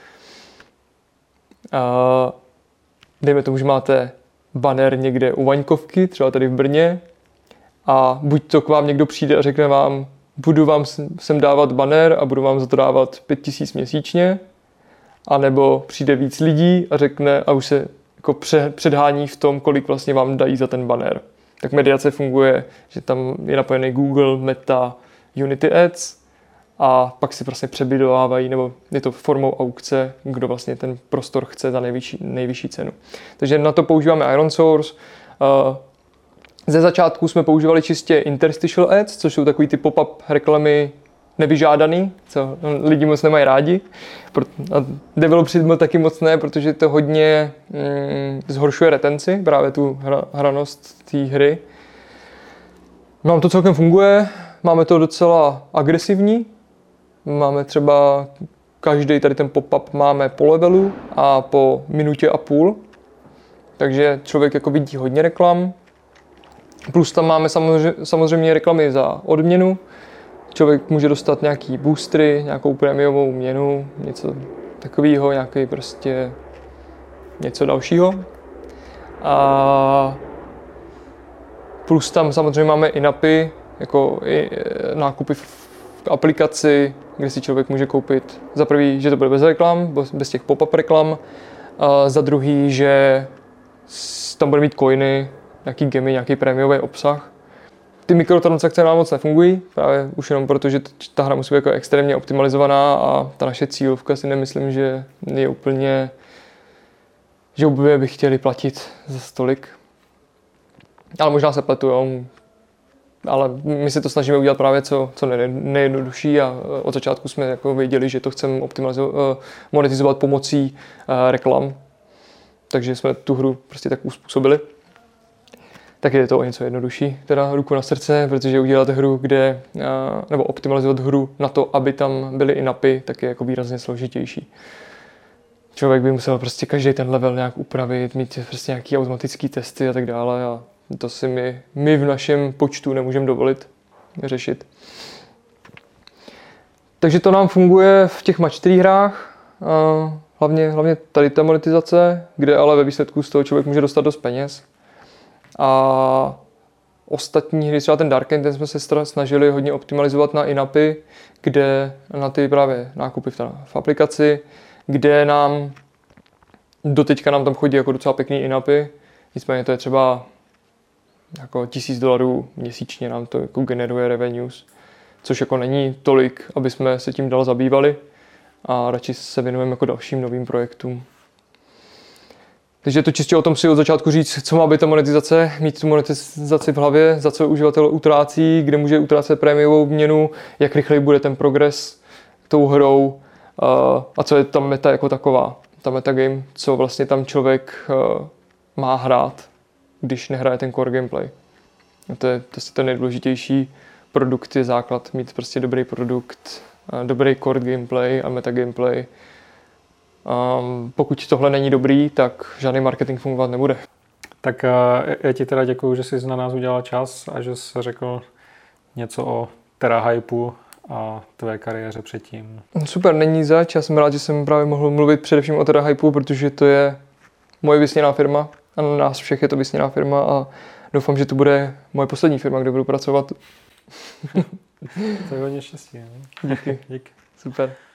dejme tomu, že máte banner někde u Vaňkovky, třeba tady v Brně, a buď to k vám někdo přijde a řekne vám, budu vám sem dávat banner a budu vám za to dávat 5 000 měsíčně, anebo přijde víc lidí a řekne a už se jako předhání v tom, kolik vlastně vám dají za ten banner. Tak mediace funguje, že tam je napojený Google, Meta, Unity Ads a pak si prostě přebidovávají, nebo je to formou aukce, kdo vlastně ten prostor chce za nejvyšší cenu. Takže na to používáme Iron Source. Ze začátku jsme používali čistě interstitial ads, což jsou takový ty pop-up reklamy nevyžádaný, co lidi moc nemají rádi. A developeři taky moc ne, protože to hodně zhoršuje retenci, právě tu hranost té hry. Nám to celkem funguje, máme to docela agresivní. Máme třeba každý tady ten pop-up máme po levelu a po minutě a půl. Takže člověk jako vidí hodně reklam. Plus tam máme samozřejmě reklamy za odměnu, člověk může dostat nějaký boostry, nějakou prémiovou měnu, něco takového, nějaký prostě něco dalšího. A plus tam samozřejmě máme in-appy, jako i nákupy v aplikaci, kde si člověk může koupit za prvý, že to bude bez reklam, bez těch pop-up reklam, a za druhý, že tam bude mít coiny, nějaký gemy, nějaký prémiový obsah. Ty mikrotransakce nám moc nefungují, právě už jenom proto, že ta hra musí být jako extrémně optimalizovaná a ta naše cílovka si nemyslím, že je úplně, že úplně by chtěli platit za stolik. Ale možná se pletu, jo. Ale my si to snažíme udělat právě co nejjednodušší a od začátku jsme jako věděli, že to chceme monetizovat pomocí reklam. Takže jsme tu hru prostě tak uspůsobili. Tak je to o něco jednodušší, teda ruku na srdce, protože udělat hru, nebo optimalizovat hru na to, aby tam byly in-appy, tak je jako výrazně složitější. Člověk by musel prostě každý ten level nějak upravit, mít prostě nějaký automatický testy a tak dále a to si my v našem počtu nemůžeme dovolit řešit. Takže to nám funguje v těch match 3 hrách, hlavně tady ta monetizace, kde ale ve výsledku z toho člověk může dostat dost peněz. A ostatní hry, třeba ten Dark End, ten jsme se snažili hodně optimalizovat na in-appy, kde na ty právě nákupy v aplikaci, kde doteďka nám tam chodí jako docela pěkný in-appy, nicméně to je třeba jako $1000 měsíčně nám to jako generuje revenues, což jako není tolik, aby jsme se tím dál zabývali a radši se věnujeme jako dalším novým projektům. Takže je to čistě o tom si od začátku říct, co má být ta monetizace, mít tu monetizaci v hlavě, za co uživatel utrácí, kde může utrácet prémiovou měnu, jak rychle bude ten progres tou hrou a co je ta meta jako taková. Ta metagame, co vlastně tam člověk má hrát, když nehraje ten core gameplay. A to je ten nejdůležitější. Produkt je základ, mít prostě dobrý produkt, dobrý core gameplay a metagameplay. Pokud tohle není dobrý, tak žádný marketing fungovat nebude. Tak já ti teda děkuju, že jsi na nás udělal čas a že jsi řekl něco o TeraHypeu a tvé kariéře předtím. Super, není zač. Já jsem rád, že jsem právě mohl mluvit především o TeraHypeu, protože to je moje vysněná firma a na nás všech je to vysněná firma a doufám, že to bude moje poslední firma, kde budu pracovat. To je hodně štěstí. Díky. Díky. Super.